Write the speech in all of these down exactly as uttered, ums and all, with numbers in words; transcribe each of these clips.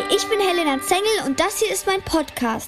ich bin Helena Zengel und das hier ist mein Podcast.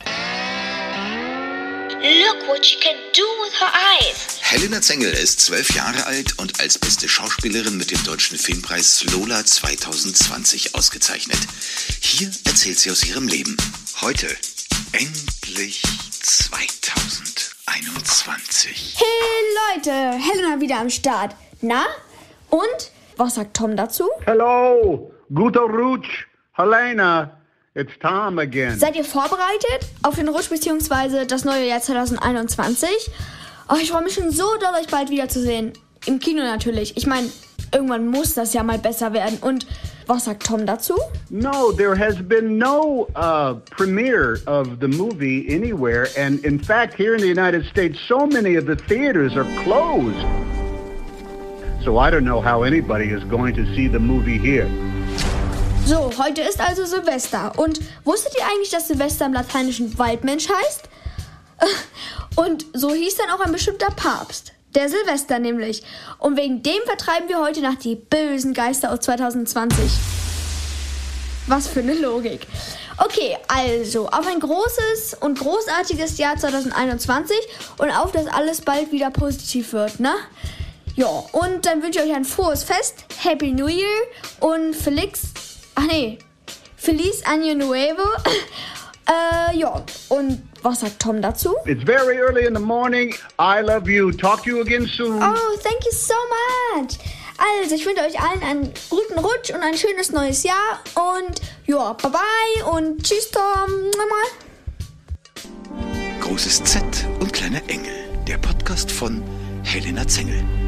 Look what she can do with her eyes. Helena Zengel ist zwölf Jahre alt und als beste Schauspielerin mit dem Deutschen Filmpreis Lola zwanzig zwanzig ausgezeichnet. Hier erzählt sie aus ihrem Leben. Heute endlich zwanzig einundzwanzig. Hey Leute, Helena wieder am Start. Na? Und? Was sagt Tom dazu? Hello, guter Rutsch, Helena. It's Tom again. Seid ihr vorbereitet auf den Rutsch bzw. das neue Jahr zwanzig einundzwanzig? Oh, ich freue mich schon so doll, euch bald wiederzusehen. Im Kino natürlich. Ich meine, irgendwann muss das ja mal besser werden. Und was sagt Tom dazu? No, there has been no uh, premiere of the movie anywhere. And in fact, here in the United States, so many of the theaters are closed. So I don't know how anybody is going to see the movie here. So, heute ist also Silvester. Und wusstet ihr eigentlich, dass Silvester im Lateinischen Waldmensch heißt? Und so hieß dann auch ein bestimmter Papst. Der Silvester nämlich. Und wegen dem vertreiben wir heute Nacht die bösen Geister aus zwanzig zwanzig. Was für eine Logik. Okay, also auf ein großes und großartiges Jahr zwanzig einundzwanzig und auf, dass alles bald wieder positiv wird, ne? Ja, und dann wünsche ich euch ein frohes Fest, Happy New Year und Felix... Ach nee, Feliz Año Nuevo. äh, ja, und was sagt Tom dazu? It's very early in the morning. I love you. Talk to you again soon. Oh, thank you so much. Also, ich wünsche euch allen einen guten Rutsch und ein schönes neues Jahr. Und ja, bye bye und tschüss, Tom. Großes Z und kleiner Engel. Der Podcast von Helena Zengel.